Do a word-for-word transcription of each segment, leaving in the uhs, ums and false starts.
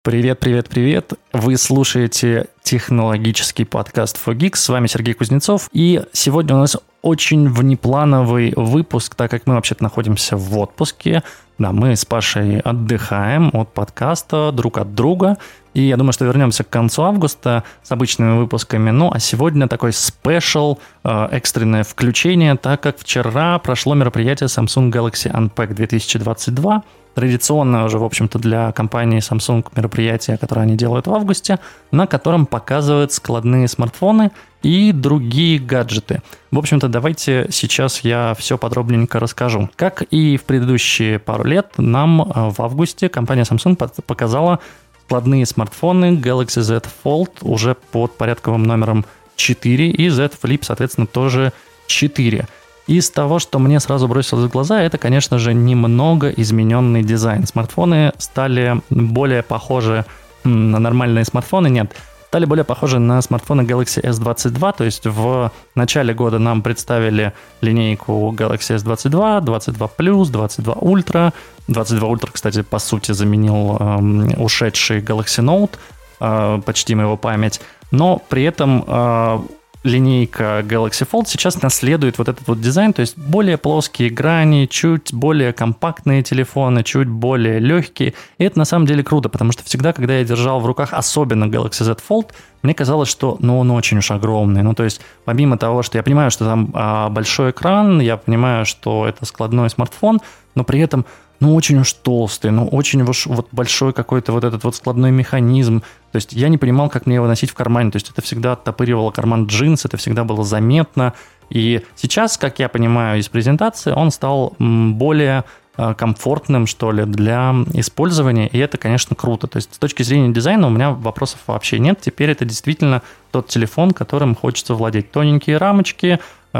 Привет, привет, привет! Вы слушаете технологический подкаст фор гикс. С вами Сергей Кузнецов. И сегодня у нас очень внеплановый выпуск, так как мы вообще-то находимся в отпуске. Да, мы с Пашей отдыхаем от подкаста друг от друга. И я думаю, что вернемся к концу августа с обычными выпусками. Ну, а сегодня такой спешл, э, экстренное включение, так как вчера прошло мероприятие Samsung Galaxy Unpacked две тысячи двадцать два. Традиционное уже, в общем-то, для компании Samsung мероприятие, которое они делают в августе, на котором показывают складные смартфоны и другие гаджеты. В общем-то, давайте сейчас я все подробненько расскажу. Как и в предыдущие пару лет, нам в августе компания Samsung показала складные смартфоны Galaxy Z Fold уже под порядковым номером четыре и Z Flip, соответственно, тоже четыре. Из того, что мне сразу бросилось в глаза, это, конечно же, немного измененный дизайн. Смартфоны стали более похожи на нормальные смартфоны, нет, стали более похожи на смартфоны Galaxy эс двадцать два, то есть в начале года нам представили линейку Galaxy эс двадцать два, двадцать два плюс, двадцать два Ultra. двадцать два Ultra, кстати, по сути заменил э, ушедший Galaxy Note, э, почтим его память, но при этом... Э, линейка Galaxy Fold сейчас наследует вот этот вот дизайн, то есть более плоские грани, чуть более компактные телефоны, чуть более легкие. И это на самом деле круто, потому что всегда, когда я держал в руках, особенно Galaxy Z Fold, мне казалось, что ну, он очень уж огромный. Ну, то есть, помимо того, что я понимаю, что там а, большой экран, я понимаю, что это складной смартфон, но при этом ну, очень уж толстый, ну, очень уж вот большой какой-то вот этот вот складной механизм. То есть я не понимал, как мне его носить в кармане. То есть это всегда оттопыривало карман джинс, это всегда было заметно. И сейчас, как я понимаю из презентации, он стал более комфортным, что ли, для использования, и это, конечно, круто. То есть с точки зрения дизайна у меня вопросов вообще нет. Теперь это действительно тот телефон, которым хочется владеть. Тоненькие рамочки,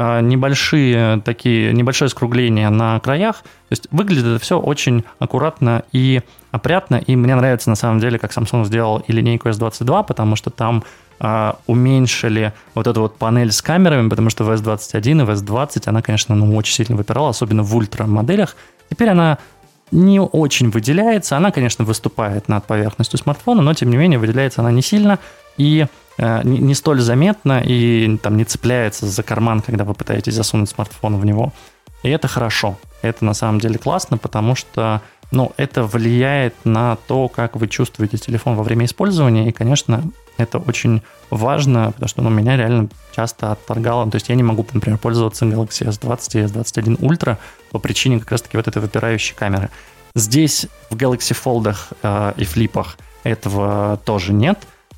небольшие такие, небольшое скругление на краях. То есть выглядит это все очень аккуратно и опрятно, и мне нравится на самом деле, как Samsung сделал и линейку эс двадцать два, потому что там а, уменьшили вот эту вот панель с камерами, потому что в эс двадцать один и в эс двадцать она, конечно, ну, очень сильно выпирала, особенно в ультра моделях. Теперь она не очень выделяется, она, конечно, выступает над поверхностью смартфона, но, тем не менее, выделяется она не сильно и э, не, не столь заметно, и там не цепляется за карман, когда вы пытаетесь засунуть смартфон в него. И это хорошо, это на самом деле классно, потому что ну, это влияет на то, как вы чувствуете телефон во время использования, и, конечно, это очень важно, потому что ну, меня реально часто отторгало. То есть я не могу, например, пользоваться Galaxy эс двадцать и эс двадцать один Ultra по причине как раз-таки вот этой выпирающей камеры. Здесь в Galaxy Fold э, и флипах этого тоже нет.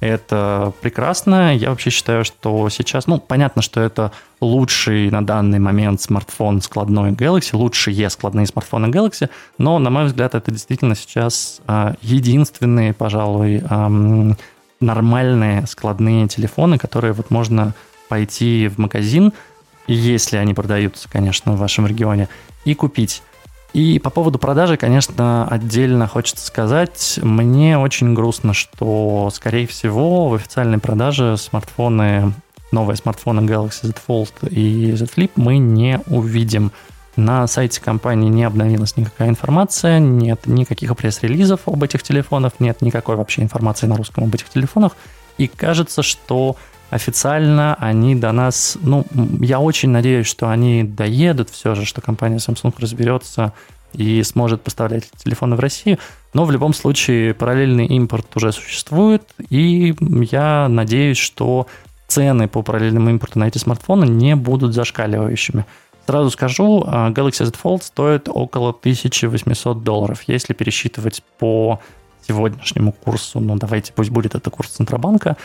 Это прекрасно. Я вообще считаю, что сейчас... Ну, понятно, что это лучший на данный момент смартфон складной Galaxy, лучшие складные смартфоны Galaxy, но, на мой взгляд, это действительно сейчас э, единственные, пожалуй, э, нормальные складные телефоны, которые вот можно пойти в магазин, если они продаются, конечно, в вашем регионе, и купить. И по поводу продажи, конечно, отдельно хочется сказать, мне очень грустно, что, скорее всего, в официальной продаже смартфоны, новые смартфоны Galaxy Z Fold и Z Flip мы не увидим. На сайте компании не обновилась никакая информация, нет никаких пресс-релизов об этих телефонах, нет никакой вообще информации на русском об этих телефонах. И кажется, что официально они до нас... Ну, я очень надеюсь, что они доедут все же, что компания Samsung разберется и сможет поставлять телефоны в Россию. Но в любом случае параллельный импорт уже существует, и я надеюсь, что цены по параллельному импорту на эти смартфоны не будут зашкаливающими. Сразу скажу, Galaxy Z Fold стоит около тысяча восемьсот долларов. Если пересчитывать по сегодняшнему курсу, ну давайте, пусть будет это курс Центробанка,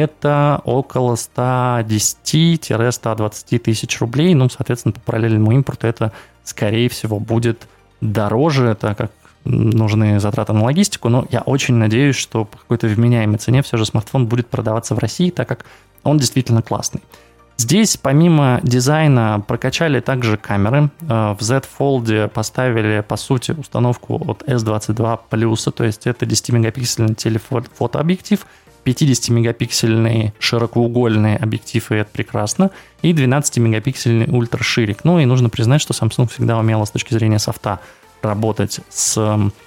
это около сто десять - сто двадцать тысяч рублей. Ну, соответственно, по параллельному импорту это, скорее всего, будет дороже, так как нужны затраты на логистику. Но я очень надеюсь, что по какой-то вменяемой цене все же смартфон будет продаваться в России, так как он действительно классный. Здесь помимо дизайна прокачали также камеры. В Z Fold поставили, по сути, установку от эс двадцать два плюс, то есть это десятимегапиксельный телефотообъектив, пятидесятимегапиксельный широкоугольный объектив, и это прекрасно, и двенадцатимегапиксельный ультраширик. Ну и нужно признать, что Samsung всегда умела с точки зрения софта работать с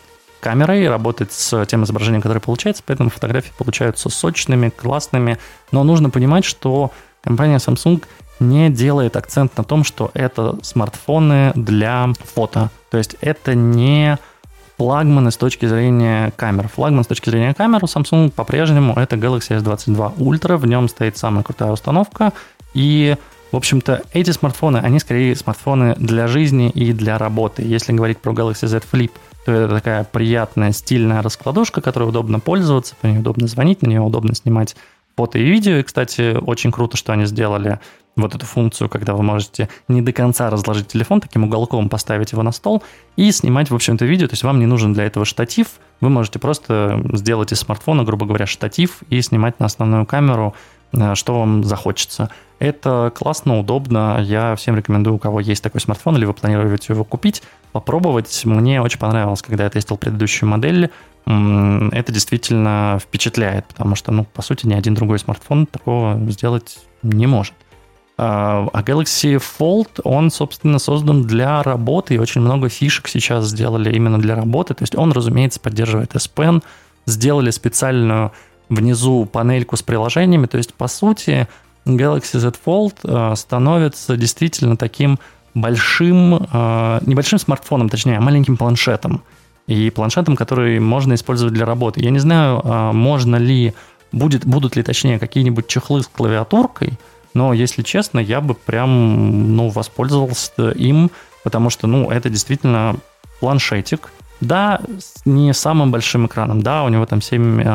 камерой, работать с тем изображением, которое получается, поэтому фотографии получаются сочными, классными. Но нужно понимать, что компания Samsung не делает акцент на том, что это смартфоны для фото. То есть это не флагманы с точки зрения камер. Флагман с точки зрения камер у Samsung по-прежнему это Galaxy эс двадцать два Ultra. В нем стоит самая крутая установка. И, в общем-то, эти смартфоны, они скорее смартфоны для жизни и для работы. Если говорить про Galaxy Z Flip, то это такая приятная, стильная раскладушка, которой удобно пользоваться, по ней удобно звонить, на нее удобно снимать фото и видео. И, кстати, очень круто, что они сделали вот эту функцию, когда вы можете не до конца разложить телефон, таким уголком поставить его на стол и снимать, в общем-то, видео. То есть вам не нужен для этого штатив. Вы можете просто сделать из смартфона, грубо говоря, штатив и снимать на основную камеру, что вам захочется. Это классно, удобно. Я всем рекомендую, у кого есть такой смартфон или вы планируете его купить, попробовать. Мне очень понравилось, когда я тестил предыдущую модель. Это действительно впечатляет, потому что, ну, по сути, ни один другой смартфон такого сделать не может. А Galaxy Fold, он, собственно, создан для работы, и очень много фишек сейчас сделали именно для работы. То есть он, разумеется, поддерживает эс пен, сделали специальную внизу панельку с приложениями. То есть, по сути, Galaxy Z Fold становится действительно таким большим, небольшим смартфоном, точнее, маленьким планшетом. И планшетом, который можно использовать для работы. Я не знаю, можно ли, будет, будут ли, точнее, какие-нибудь чехлы с клавиатуркой, но, если честно, я бы прям, ну, воспользовался им, потому что, ну, это действительно планшетик. Да, с не самым большим экраном, да, у него там семь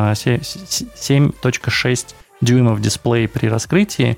точка шесть дюймов дисплей при раскрытии,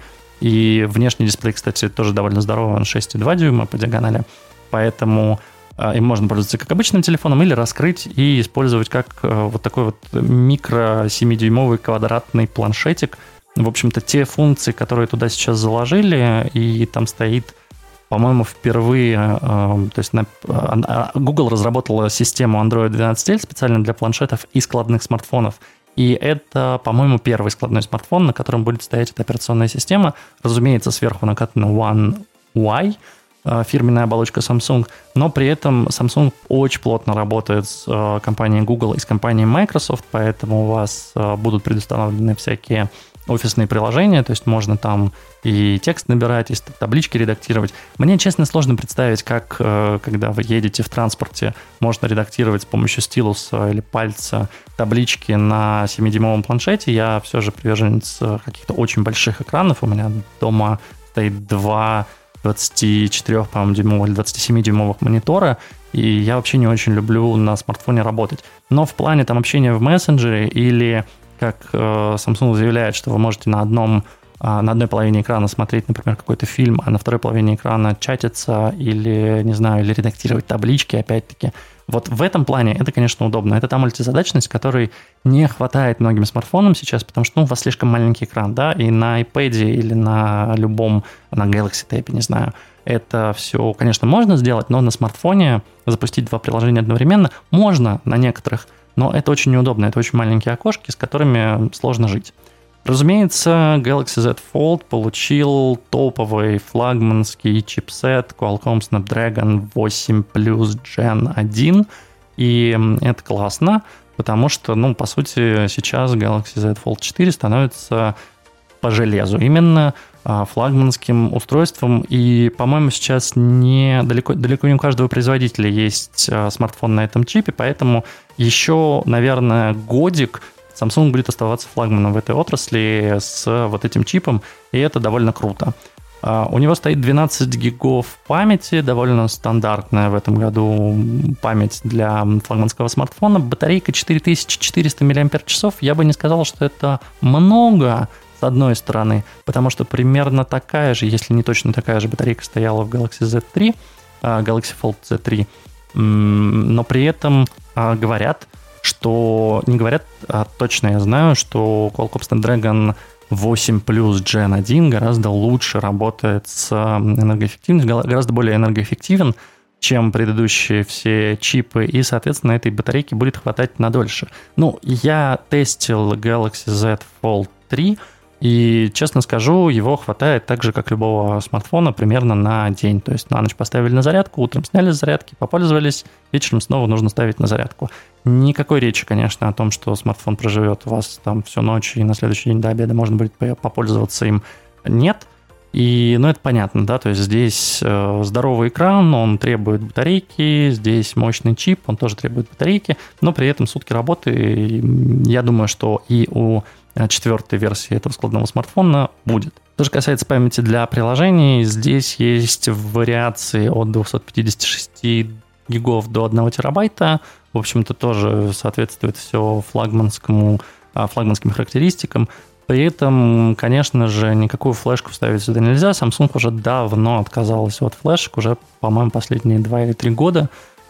и внешний дисплей, кстати, тоже довольно здоровый, он шесть целых две десятых дюйма по диагонали, поэтому им можно пользоваться как обычным телефоном или раскрыть и использовать как вот такой вот микро семидюймовый квадратный планшетик. В общем-то, те функции, которые туда сейчас заложили, и там стоит, по-моему, впервые, то есть на, Google разработала систему Android двенадцать эл специально для планшетов и складных смартфонов. И это, по-моему, первый складной смартфон, на котором будет стоять эта операционная система. Разумеется, сверху накатана One ю ай, фирменная оболочка Samsung, но при этом Samsung очень плотно работает с компанией Google и с компанией Microsoft, поэтому у вас будут предустановлены всякие офисные приложения, то есть можно там и текст набирать, и таблички редактировать. Мне, честно, сложно представить, как, когда вы едете в транспорте, можно редактировать с помощью стилуса или пальца таблички на семидюймовом планшете. Я все же приверженец каких-то очень больших экранов. У меня дома стоит два двадцать четыре, по-моему, дюймовых или двадцать семь дюймовых монитора, и я вообще не очень люблю на смартфоне работать. Но в плане там общения в мессенджере или как э, Samsung заявляет, что вы можете на одном, э, на одной половине экрана смотреть, например, какой-то фильм, а на второй половине экрана чатиться или, не знаю, или редактировать таблички, опять-таки. Вот в этом плане это, конечно, удобно. Это та мультизадачность, которой не хватает многим смартфонам сейчас, потому что ну, у вас слишком маленький экран, да, и на iPad или на любом, на Galaxy Tab, не знаю, это все, конечно, можно сделать, но на смартфоне запустить два приложения одновременно можно на некоторых, но это очень неудобно, это очень маленькие окошки, с которыми сложно жить. Разумеется, Galaxy Z Fold получил топовый флагманский чипсет Qualcomm Snapdragon восемь плюс Gen один, и это классно, потому что, ну, по сути, сейчас Galaxy Z Fold четыре становится по железу именно флагманским устройством, и, по-моему, сейчас не, далеко, далеко не у каждого производителя есть смартфон на этом чипе, поэтому еще, наверное, годик Samsung будет оставаться флагманом в этой отрасли с вот этим чипом, и это довольно круто. У него стоит двенадцать гигов памяти, довольно стандартная в этом году память для флагманского смартфона. Батарейка четыре тысячи четыреста мАч. Я бы не сказал, что это много, с одной стороны, потому что примерно такая же, если не точно такая же батарейка стояла в Galaxy зет три, Galaxy Fold зет три, но при этом говорят, что не говорят, а точно я знаю, что Qualcomm Snapdragon восемь плюс Gen один гораздо лучше работает с энергоэффективностью, гораздо более энергоэффективен, чем предыдущие все чипы, и, соответственно, этой батарейки будет хватать надольше. Ну, я тестил Galaxy Z Fold три, И, честно скажу, его хватает так же, как любого смартфона, примерно на день. То есть на ночь поставили на зарядку, утром сняли с зарядки, попользовались, вечером снова нужно ставить на зарядку. Никакой речи, конечно, о том, что смартфон проживет у вас там всю ночь, и на следующий день до обеда можно будет попользоваться им, нет. И, ну, это понятно, да, то есть здесь э, здоровый экран, он требует батарейки, здесь мощный чип, он тоже требует батарейки, но при этом сутки работы, я думаю, что и у четвертой версии этого складного смартфона будет. Что же касается памяти для приложений, здесь есть вариации от двухсот пятидесяти шести гигов до одного терабайта. В общем-то, тоже соответствует все флагманскому, флагманским характеристикам. При этом, конечно же, никакую флешку вставить сюда нельзя. Samsung уже давно отказалась от флешек, уже, по-моему, последние два или три года.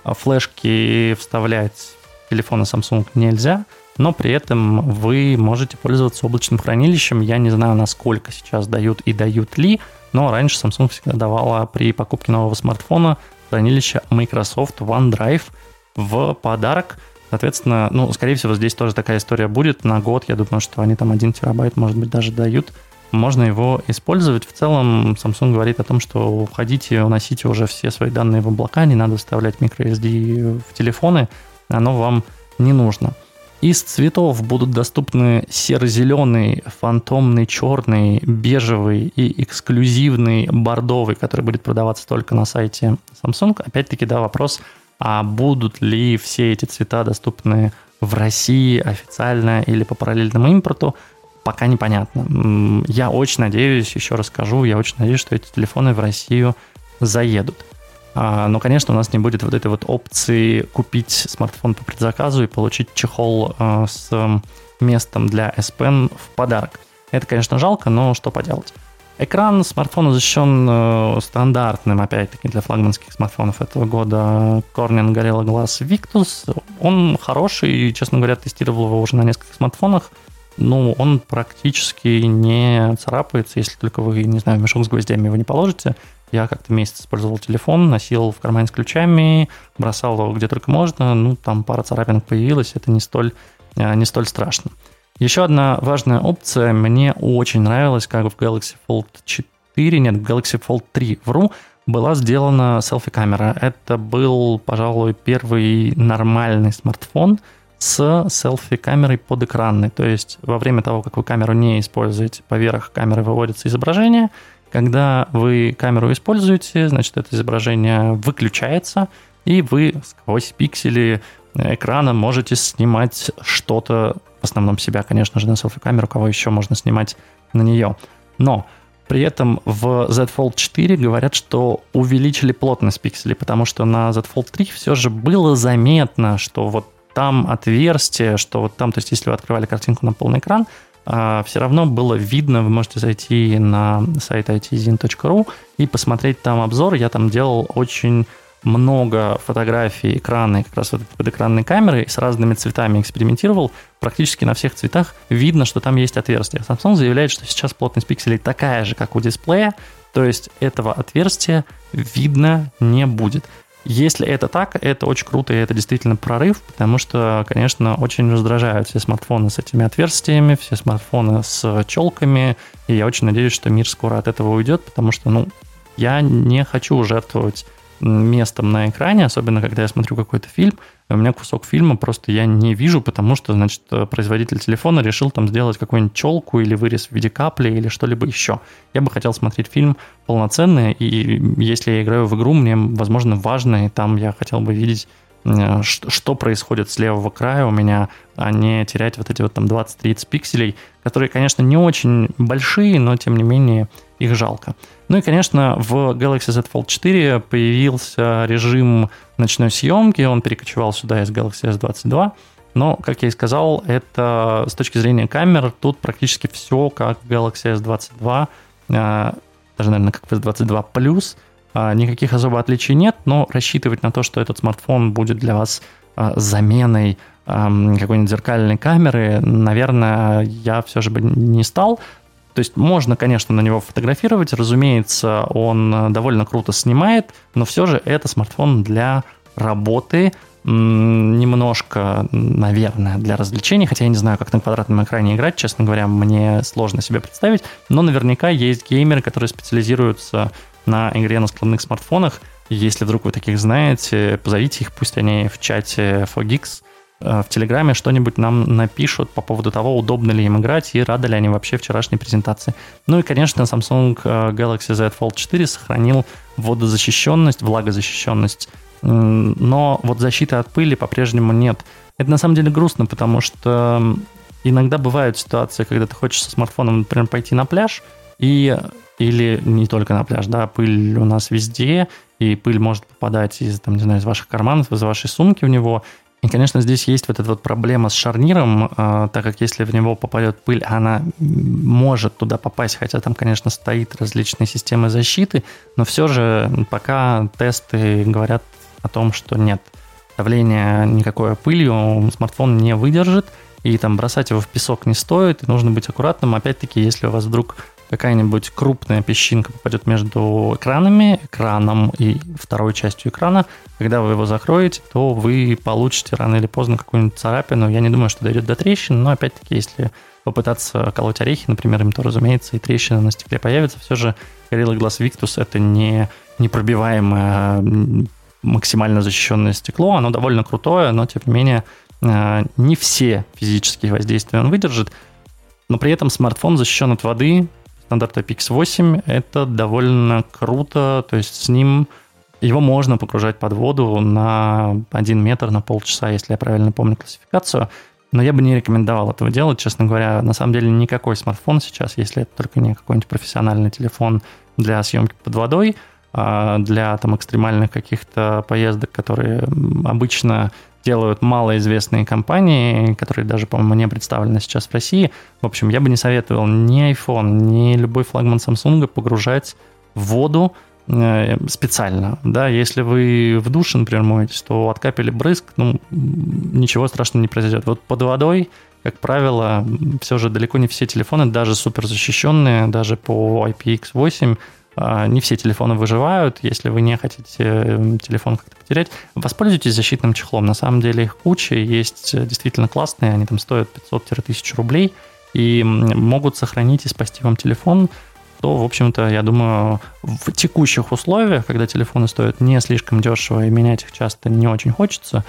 Флешки вставлять в телефоны Samsung нельзя, но при этом вы можете пользоваться облачным хранилищем. Я не знаю, насколько сейчас дают и дают ли, но раньше Samsung всегда давала при покупке нового смартфона хранилище Microsoft OneDrive в подарок. Соответственно, ну, скорее всего, здесь тоже такая история будет. На год, я думаю, что они там один терабайт, может быть, даже дают. Можно его использовать. В целом, Samsung говорит о том, что уходите, уносите уже все свои данные в облака, не надо вставлять microSD в телефоны, оно вам не нужно. Из цветов будут доступны серо-зеленый, фантомный, черный, бежевый и эксклюзивный бордовый, который будет продаваться только на сайте Samsung. Опять-таки, да, вопрос, а будут ли все эти цвета доступны в России официально или по параллельному импорту, пока непонятно. Я очень надеюсь, еще раз скажу, я очень надеюсь, что эти телефоны в Россию заедут. Но, конечно, у нас не будет вот этой вот опции купить смартфон по предзаказу и получить чехол с местом для S Pen в подарок. Это, конечно, жалко, но что поделать. Экран смартфона защищен стандартным, опять-таки, для флагманских смартфонов этого года Corning Gorilla Glass Victus. Он хороший, и, честно говоря, тестировал его уже на нескольких смартфонах. Ну, он практически не царапается, если только вы, не знаю, в мешок с гвоздями его не положите. Я как-то месяц использовал телефон, носил в кармане с ключами, бросал его где только можно. Ну, там пара царапинок появилась, это не столь, не столь страшно. Еще одна важная опция, мне очень нравилась, как в Galaxy Fold четыре, нет, в Galaxy Fold три, вру, была сделана селфи-камера. Это был, пожалуй, первый нормальный смартфон с селфи-камерой подэкранной. То есть во время того, как вы камеру не используете, поверх камеры выводится изображение. Когда вы камеру используете, значит, это изображение выключается, и вы сквозь пиксели экрана можете снимать что-то, в основном себя, конечно же, на селфи-камеру, кого еще можно снимать на нее. Но при этом в Z Fold четыре говорят, что увеличили плотность пикселей, потому что на Z Fold три все же было заметно, что вот там отверстие, что вот там, то есть если вы открывали картинку на полный экран, все равно было видно, вы можете зайти на сайт ай ти зин точка ру и посмотреть там обзор. Я там делал очень много фотографий экрана, как раз вот этой подэкранной камеры, с разными цветами экспериментировал. Практически на всех цветах видно, что там есть отверстие. Samsung заявляет, что сейчас плотность пикселей такая же, как у дисплея, то есть этого отверстия видно не будет. Если это так, это очень круто, и это действительно прорыв, потому что, конечно, очень раздражают все смартфоны с этими отверстиями, все смартфоны с челками, и я очень надеюсь, что мир скоро от этого уйдет, потому что, ну, я не хочу жертвовать местом на экране, особенно когда я смотрю какой-то фильм, и у меня кусок фильма просто я не вижу, потому что, значит, производитель телефона решил там сделать какую-нибудь челку или вырез в виде капли или что-либо еще. Я бы хотел смотреть фильм полноценный, и если я играю в игру, мне, возможно, важно, и там я хотел бы видеть, что происходит с левого края у меня, а не терять вот эти вот там двадцать-тридцать пикселей, которые, конечно, не очень большие, но, тем не менее, их жалко. Ну и, конечно, в Galaxy Z Fold четыре появился режим ночной съемки, он перекочевал сюда из Galaxy эс двадцать два, но, как я и сказал, это с точки зрения камер, тут практически все как в Galaxy эс двадцать два, даже, наверное, как в эс двадцать два плюс, никаких особо отличий нет, но рассчитывать на то, что этот смартфон будет для вас заменой какой-нибудь зеркальной камеры, наверное, я все же бы не стал. То есть можно, конечно, на него фотографировать, разумеется, он довольно круто снимает, но все же это смартфон для работы, немножко, наверное, для развлечений, хотя я не знаю, как на квадратном экране играть, честно говоря, мне сложно себе представить, но наверняка есть геймеры, которые специализируются на игре на складных смартфонах. Если вдруг вы таких знаете, позовите их, пусть они в чате фор гикс в Телеграме что-нибудь нам напишут по поводу того, удобно ли им играть и рады ли они вообще вчерашней презентации. Ну и, конечно, Samsung Galaxy Z Fold четыре сохранил водозащищенность, влагозащищенность, но вот защиты от пыли по-прежнему нет. Это на самом деле грустно, потому что иногда бывают ситуации, когда ты хочешь со смартфоном, например, пойти на пляж, и, или не только на пляж, да, пыль у нас везде, и пыль может попадать из, там, не знаю, из ваших карманов, из вашей сумки в него. И, конечно, здесь есть вот эта вот проблема с шарниром, э, так как если в него попадет пыль, она может туда попасть, хотя там, конечно, стоит различные системы защиты, но все же пока тесты говорят о том, что нет, давление никакое пылью смартфон не выдержит, и там бросать его в песок не стоит, и нужно быть аккуратным. Опять-таки, если у вас вдруг какая-нибудь крупная песчинка попадет между экранами, экраном и второй частью экрана, когда вы его закроете, то вы получите рано или поздно какую-нибудь царапину. Я не думаю, что дойдет до трещин, но опять-таки, если попытаться колоть орехи, например, им то, разумеется, и трещина на стекле появится. Все же Gorilla Glass Victus — это не непробиваемое, максимально защищенное стекло. Оно довольно крутое, но, тем не менее, не все физические воздействия он выдержит. Но при этом смартфон защищен от воды, стандарт ай пи икс восемь, это довольно круто, то есть с ним его можно погружать под воду на один метр, на полчаса, если я правильно помню классификацию, но я бы не рекомендовал этого делать, честно говоря. На самом деле никакой смартфон сейчас, если это только не какой-нибудь профессиональный телефон для съемки под водой, для там экстремальных каких-то поездок, которые обычно делают малоизвестные компании, которые даже, по-моему, не представлены сейчас в России. В общем, я бы не советовал ни iPhone, ни любой флагман Samsung погружать в воду специально. Да, если вы в душе, например, моетесь, то от капель брызг, ну, ничего страшного не произойдет. Вот под водой, как правило, все же далеко не все телефоны, даже суперзащищенные, даже по ай пи икс восемь, не все телефоны выживают. Если вы не хотите телефон как-то потерять, воспользуйтесь защитным чехлом. На самом деле их куча, есть действительно классные, они там стоят пятьсот-тысячу рублей и могут сохранить и спасти вам телефон. То, в общем-то, я думаю, в текущих условиях, когда телефоны стоят не слишком дешево и менять их часто не очень хочется,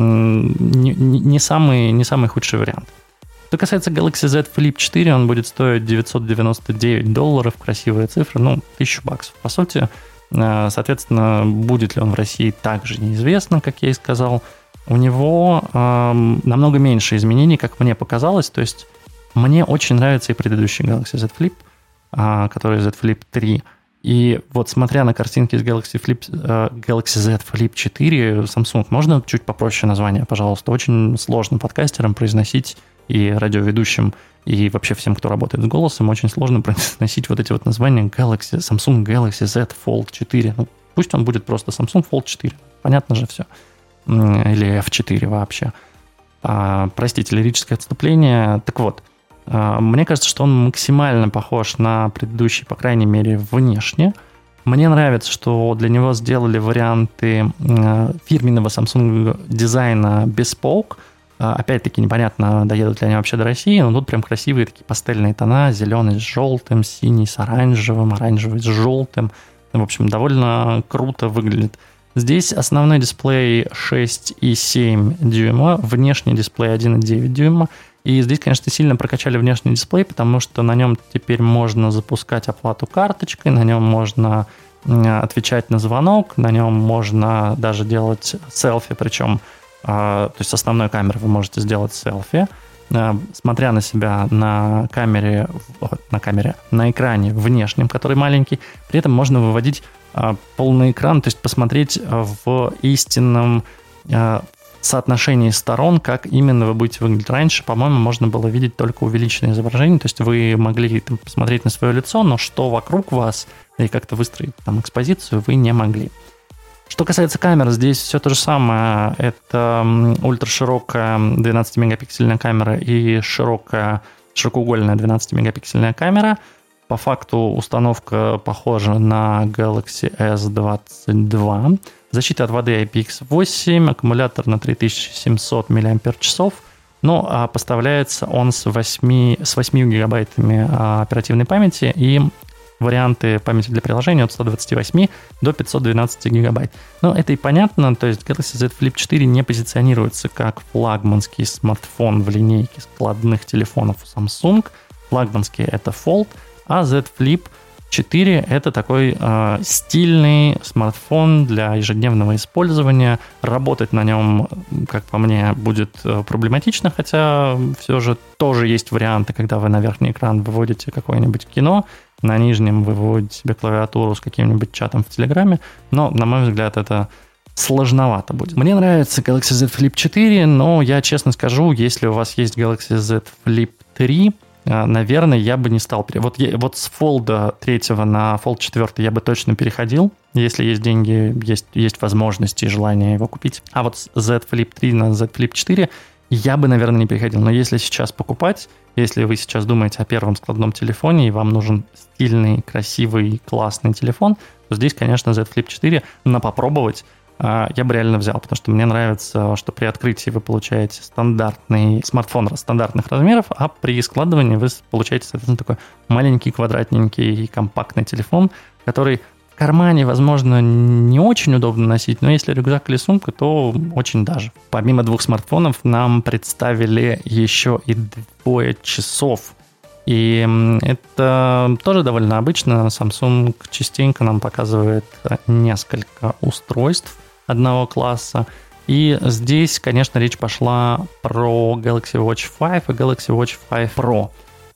не, не, самый, не самый худший вариант. Что касается Galaxy Z Flip четыре, он будет стоить девятьсот девяносто девять долларов, красивая цифра, ну, тысячу баксов. По сути, соответственно, будет ли он в России, также неизвестно, как я и сказал. У него э, намного меньше изменений, как мне показалось, то есть мне очень нравится и предыдущий Galaxy Z Flip, э, который Z Flip три. И вот смотря на картинки с Galaxy, Flip, э, Galaxy Z Flip четыре, Samsung, можно чуть попроще название, пожалуйста? Очень сложно подкастерам произносить, и радиоведущим, и вообще всем, кто работает с голосом, очень сложно произносить вот эти вот названия Galaxy, Samsung Galaxy Z Fold четыре. Ну, пусть он будет просто Samsung Fold четыре. Понятно же все. Или эф четыре вообще. А, простите, лирическое отступление. Так вот, а, мне кажется, что он максимально похож на предыдущий, по крайней мере, внешне. Мне нравится, что для него сделали варианты фирменного Samsung дизайна Bespoke. Опять-таки непонятно, доедут ли они вообще до России, но тут прям красивые такие пастельные тона, зеленый с желтым, синий с оранжевым, оранжевый с желтым. В общем, довольно круто выглядит. Здесь основной дисплей шесть и семь дюйма, внешний дисплей один и девять дюйма. И здесь, конечно, сильно прокачали внешний дисплей, потому что на нем теперь можно запускать оплату карточкой, на нем можно отвечать на звонок, на нем можно даже делать селфи, причем то есть с основной камеры вы можете сделать селфи, смотря на себя на камере, на камере, на экране внешнем, который маленький. При этом можно выводить полный экран, то есть посмотреть в истинном соотношении сторон, как именно вы будете выглядеть. Раньше, по-моему, можно было видеть только увеличенное изображение, то есть вы могли там посмотреть на свое лицо, но что вокруг вас и как-то выстроить там экспозицию вы не могли. Что касается камер, здесь все то же самое. Это ультраширокая двенадцатимегапиксельная камера и широкая широкоугольная двенадцатимегапиксельная камера. По факту установка похожа на Galaxy эс двадцать два, защита от воды ай пи икс восемь, аккумулятор на три тысячи семьсот мАч, ну, а поставляется он с восьми, с восьмью гигабайтами оперативной памяти и варианты памяти для приложения от ста двадцати восьми до пятисот двенадцати гигабайт. Ну, это и понятно, то есть Galaxy Z Flip четыре не позиционируется как флагманский смартфон в линейке складных телефонов Samsung. Флагманский — это Fold, а Z Flip четыре — это такой э, стильный смартфон для ежедневного использования. Работать на нем, как по мне, будет проблематично, хотя все же тоже есть варианты, когда вы на верхний экран выводите какое-нибудь кино, на нижнем вы выводите себе клавиатуру с каким-нибудь чатом в Телеграме, но, на мой взгляд, это сложновато будет. Мне нравится Galaxy Z Flip четыре, но я честно скажу, если у вас есть Galaxy Z Flip три, наверное, я бы не стал. Вот, вот с Fold три на Fold четыре я бы точно переходил. Если есть деньги, есть, есть возможности и желание его купить. А вот с Z Flip три на Z Flip четыре я бы, наверное, не переходил. Но если сейчас покупать, если вы сейчас думаете о первом складном телефоне и вам нужен стильный, красивый, классный телефон, то здесь, конечно, Z Flip четыре на попробовать я бы реально взял, потому что мне нравится, что при открытии вы получаете стандартный смартфон стандартных размеров, а при складывании вы получаете, соответственно, такой маленький, квадратненький и компактный телефон, который в кармане, возможно, не очень удобно носить, но если рюкзак или сумка, то очень даже. Помимо двух смартфонов нам представили еще и двое часов. И это тоже довольно обычно. Samsung частенько нам показывает несколько устройств одного класса. И здесь, конечно, речь пошла про Galaxy Watch пять и Galaxy Watch пять Pro.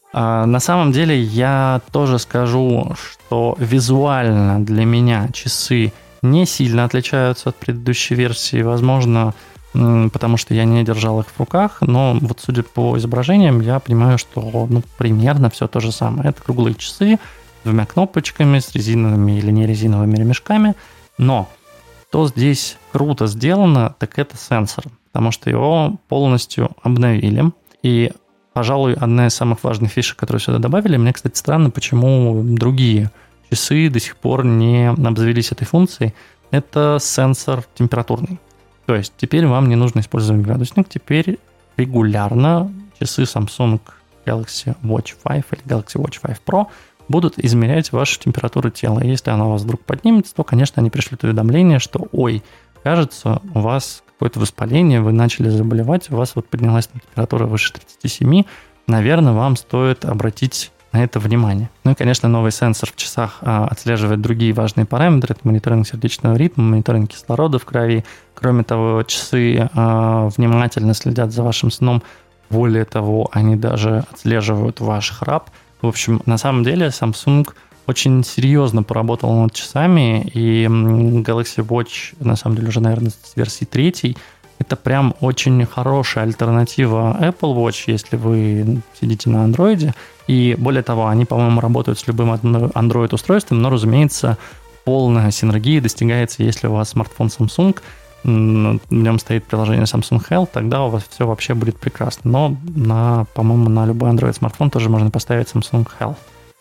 А на самом деле я тоже скажу, что визуально для меня часы не сильно отличаются от предыдущей версии. Возможно, потому что я не держал их в руках, но вот судя по изображениям, я понимаю, что ну, примерно все то же самое. Это круглые часы с двумя кнопочками, с резиновыми или не резиновыми ремешками, но что здесь круто сделано, так это сенсор, потому что его полностью обновили, и, пожалуй, одна из самых важных фишек, которые сюда добавили, мне, кстати, странно, почему другие часы до сих пор не обзавелись этой функцией, это сенсор температурный. То есть теперь вам не нужно использовать градусник, теперь регулярно часы Samsung Galaxy Watch пять или Galaxy Watch пять Pro будут измерять вашу температуру тела. И если она у вас вдруг поднимется, то, конечно, они пришлют уведомление, что ой, кажется, у вас какое-то воспаление, вы начали заболевать, у вас вот поднялась температура выше тридцати семи, наверное, вам стоит обратить на это внимание. Ну и, конечно, новый сенсор в часах а, отслеживает другие важные параметры. Это мониторинг сердечного ритма, мониторинг кислорода в крови. Кроме того, часы а, внимательно следят за вашим сном. Более того, они даже отслеживают ваш храп. В общем, на самом деле Samsung очень серьезно поработал над часами, и Galaxy Watch, на самом деле, уже, наверное, с версии третьей, это прям очень хорошая альтернатива Apple Watch, если вы сидите на Android. И более того, они, по-моему, работают с любым Android-устройством, но, разумеется, полная синергия достигается, если у вас смартфон Samsung, в нем стоит приложение Samsung Health, тогда у вас все вообще будет прекрасно. Но, на, по-моему, на любой Android-смартфон тоже можно поставить Samsung Health.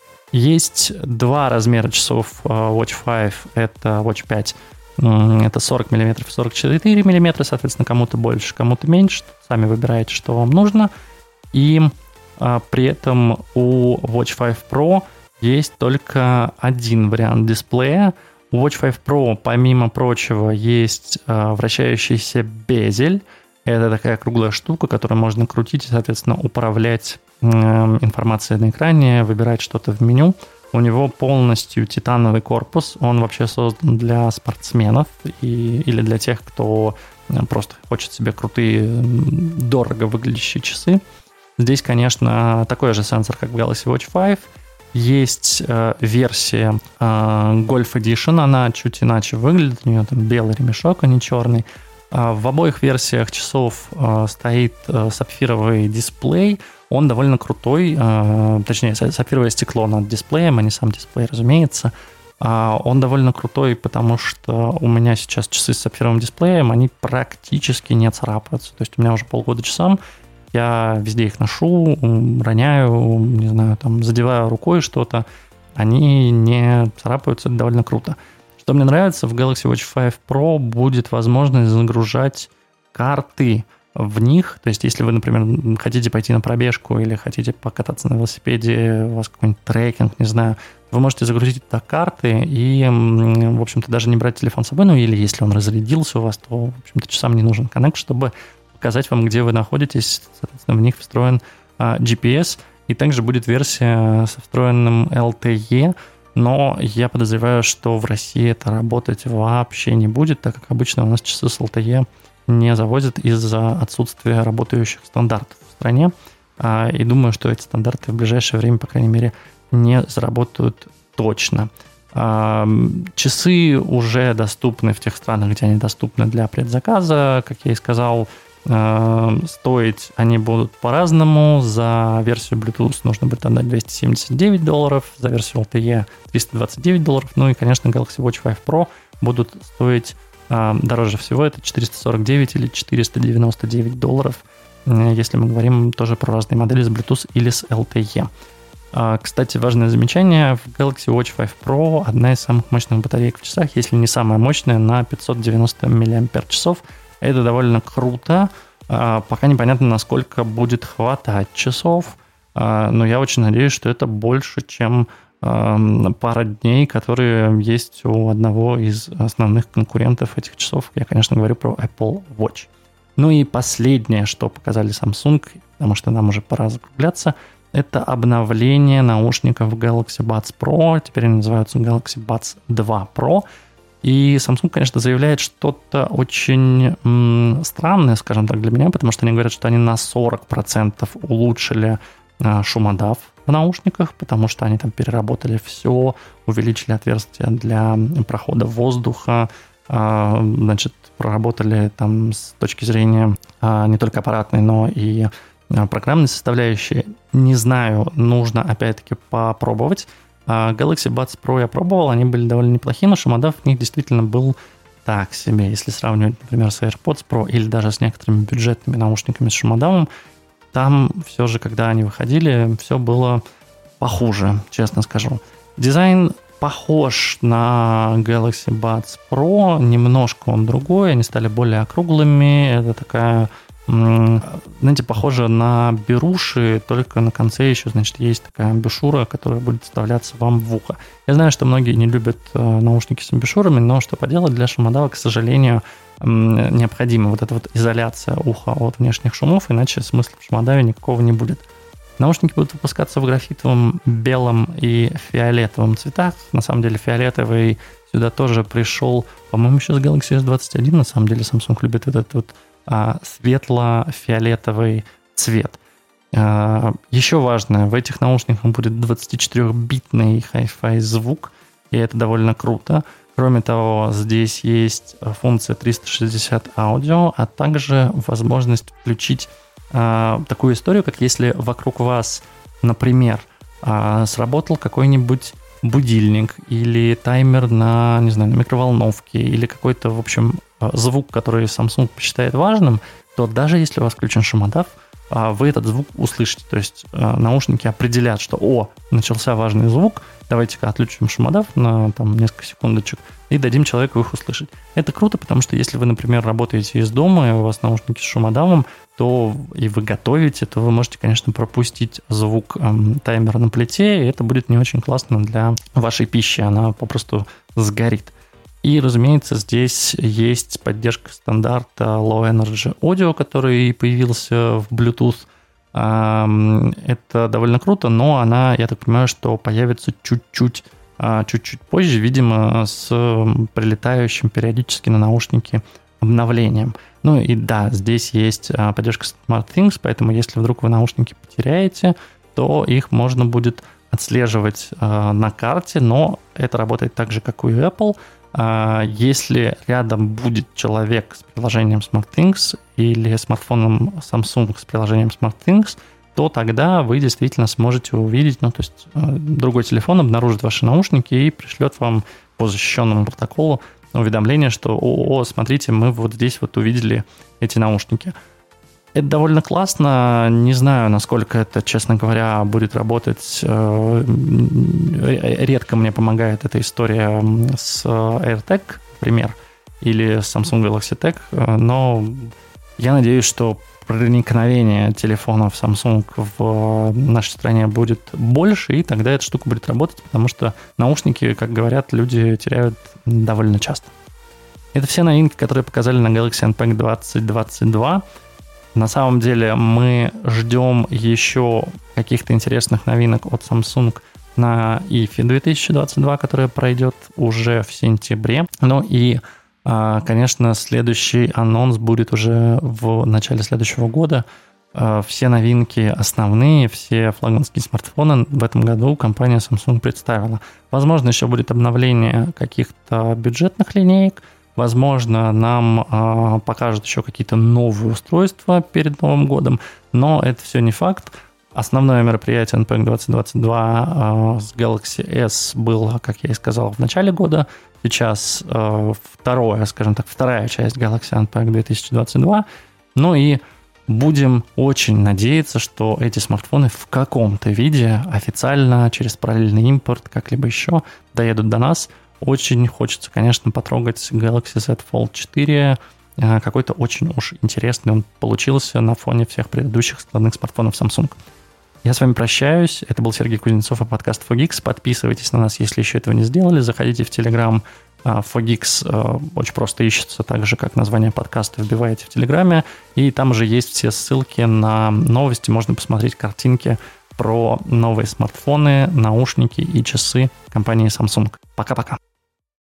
Есть два размера часов Watch пять, это Watch пять. Это сорок миллиметров и сорок четыре миллиметра, соответственно, кому-то больше, кому-то меньше. Сами выбираете, что вам нужно. И а, при этом у Watch пять Pro есть только один вариант дисплея. У Watch пять Pro, помимо прочего, есть а, вращающийся безель. Это такая круглая штука, которую можно крутить и, соответственно, управлять э, информацией на экране, выбирать что-то в меню. У него полностью титановый корпус, он вообще создан для спортсменов и, или для тех, кто просто хочет себе крутые, дорого выглядящие часы. Здесь, конечно, такой же сенсор, как в Galaxy Watch пять. Есть э, версия э, Golf Edition, она чуть иначе выглядит, у нее там белый ремешок, а не черный. Э, в обоих версиях часов э, стоит э, сапфировый дисплей. Он довольно крутой, э, точнее, сапфировое стекло над дисплеем, а не сам дисплей, разумеется. Э, он довольно крутой, потому что у меня сейчас часы с сапфировым дисплеем, они практически не царапаются. То есть у меня уже полгода часам, я везде их ношу, роняю, не знаю, там, задеваю рукой что-то, они не царапаются, это довольно круто. Что мне нравится, в Galaxy Watch пять Pro будет возможность загружать карты в них. То есть, если вы, например, хотите пойти на пробежку или хотите покататься на велосипеде, у вас какой-нибудь трекинг, не знаю, вы можете загрузить туда карты и, в общем-то, даже не брать телефон с собой, ну или если он разрядился у вас, то, в общем-то, часам не нужен коннект, чтобы показать вам, где вы находитесь. Соответственно, в них встроен а, джи пи эс, и также будет версия со встроенным эл ти и, но я подозреваю, что в России это работать вообще не будет, так как обычно у нас часы с эл ти и не завозят из-за отсутствия работающих стандартов в стране. И думаю, что эти стандарты в ближайшее время, по крайней мере, не заработают точно. Часы уже доступны в тех странах, где они доступны для предзаказа. Как я и сказал, стоить они будут по-разному. За версию Bluetooth нужно будет отдать двести семьдесят девять долларов, за версию эл ти и триста двадцать девять долларов. Ну и, конечно, Galaxy Watch пять Pro будут стоить дороже всего, это четыреста сорок девять или четыреста девяносто девять долларов, если мы говорим тоже про разные модели с Bluetooth или с эл ти и. Кстати, важное замечание, в Galaxy Watch пять Pro одна из самых мощных батареек в часах, если не самая мощная, на пятьсот девяносто миллиампер-часов. Это довольно круто, пока непонятно, насколько будет хватать часов, но я очень надеюсь, что это больше, чем пара дней, которые есть у одного из основных конкурентов этих часов. Я, конечно, говорю про Apple Watch. Ну и последнее, что показали Samsung, потому что нам уже пора закругляться, это обновление наушников Galaxy Buds Pro. Теперь они называются Galaxy Buds два Pro. И Samsung, конечно, заявляет что-то очень м, странное, скажем так, для меня, потому что они говорят, что они на сорок процентов улучшили а, шумодав в наушниках, потому что они там переработали все, увеличили отверстия для прохода воздуха, значит, проработали там с точки зрения не только аппаратной, но и программной составляющей. Не знаю, нужно опять-таки попробовать. Galaxy Buds Pro я пробовал, они были довольно неплохие, но шумодав в них действительно был так себе. Если сравнивать, например, с AirPods Pro или даже с некоторыми бюджетными наушниками с шумодавом, там все же, когда они выходили, все было похуже, честно скажу. Дизайн похож на Galaxy Buds Pro, немножко он другой, они стали более округлыми. Это такая, знаете, похоже на беруши, только на конце еще, значит, есть такая амбушюра, которая будет вставляться вам в ухо. Я знаю, что многие не любят наушники с амбушюрами, но что поделать, для шумодава, к сожалению, необходима вот эта вот изоляция уха от внешних шумов, иначе смысла в шумодаве никакого не будет. Наушники будут выпускаться в графитовом, белом и фиолетовом цветах. На самом деле фиолетовый сюда тоже пришел, по-моему, еще с Galaxy эс двадцать один. На самом деле Samsung любит вот этот вот а, светло-фиолетовый цвет. А, еще важное, в этих наушниках будет двадцатичетырёхбитный Hi-Fi звук, и это довольно круто. Кроме того, здесь есть функция триста шестьдесят аудио, а также возможность включить а, такую историю, как если вокруг вас, например, а, сработал какой-нибудь будильник или таймер на, не знаю, на микроволновке или какой-то, в общем, звук, который Samsung посчитает важным, то даже если у вас включен шумодав, вы этот звук услышите. То есть наушники определят, что «О, начался важный звук, давайте-ка отключим шумодав на там, несколько секундочек и дадим человеку их услышать». Это круто, потому что если вы, например, работаете из дома, и у вас наушники с шумодавом, то и вы готовите, то вы можете, конечно, пропустить звук эм, таймера на плите, и это будет не очень классно для вашей пищи, она попросту сгорит. И, разумеется, здесь есть поддержка стандарта Low Energy Audio, который появился в Bluetooth. Это довольно круто, но она, я так понимаю, что появится чуть-чуть, чуть-чуть позже, видимо, с прилетающим периодически на наушники обновлением. Ну и да, здесь есть поддержка SmartThings, поэтому если вдруг вы наушники потеряете, то их можно будет отслеживать на карте, но это работает так же, как и у Apple. Если рядом будет человек с приложением SmartThings или смартфоном Samsung с приложением SmartThings, то тогда вы действительно сможете увидеть, ну, то есть другой телефон обнаружит ваши наушники и пришлет вам по защищенному протоколу уведомление, что «О, смотрите, мы вот здесь вот увидели эти наушники». Это довольно классно. Не знаю, насколько это, честно говоря, будет работать. Редко мне помогает эта история с AirTag, например, или с Samsung Galaxy Tag, но я надеюсь, что проникновение телефонов Samsung в нашей стране будет больше, и тогда эта штука будет работать, потому что наушники, как говорят, люди теряют довольно часто. Это все новинки, которые показали на Galaxy Unpacked двадцать двадцать два. На самом деле мы ждем еще каких-то интересных новинок от Samsung на ай эф и две тысячи двадцать два, которая пройдет уже в сентябре. Ну и, конечно, следующий анонс будет уже в начале следующего года. Все новинки основные, все флагманские смартфоны в этом году компания Samsung представила. Возможно, еще будет обновление каких-то бюджетных линеек. Возможно, нам э, покажут еще какие-то новые устройства перед Новым годом, но это все не факт. Основное мероприятие Unpacked двадцать двадцать два э, с Galaxy S было, как я и сказал, в начале года. Сейчас э, второе, скажем так, вторая часть Galaxy Unpacked две тысячи двадцать два. Ну и будем очень надеяться, что эти смартфоны в каком-то виде официально через параллельный импорт, как-либо еще, доедут до нас. Очень хочется, конечно, потрогать Galaxy Z Fold четыре. Какой-то очень уж интересный он получился на фоне всех предыдущих складных смартфонов Samsung. Я с вами прощаюсь. Это был Сергей Кузнецов и подкаст фор гикс. Подписывайтесь на нас, если еще этого не сделали. Заходите в Telegram. фор гикс очень просто ищется, так же, как название подкаста вбиваете в Телеграме. И там уже есть все ссылки на новости. Можно посмотреть картинки про новые смартфоны, наушники и часы компании Samsung. Пока-пока.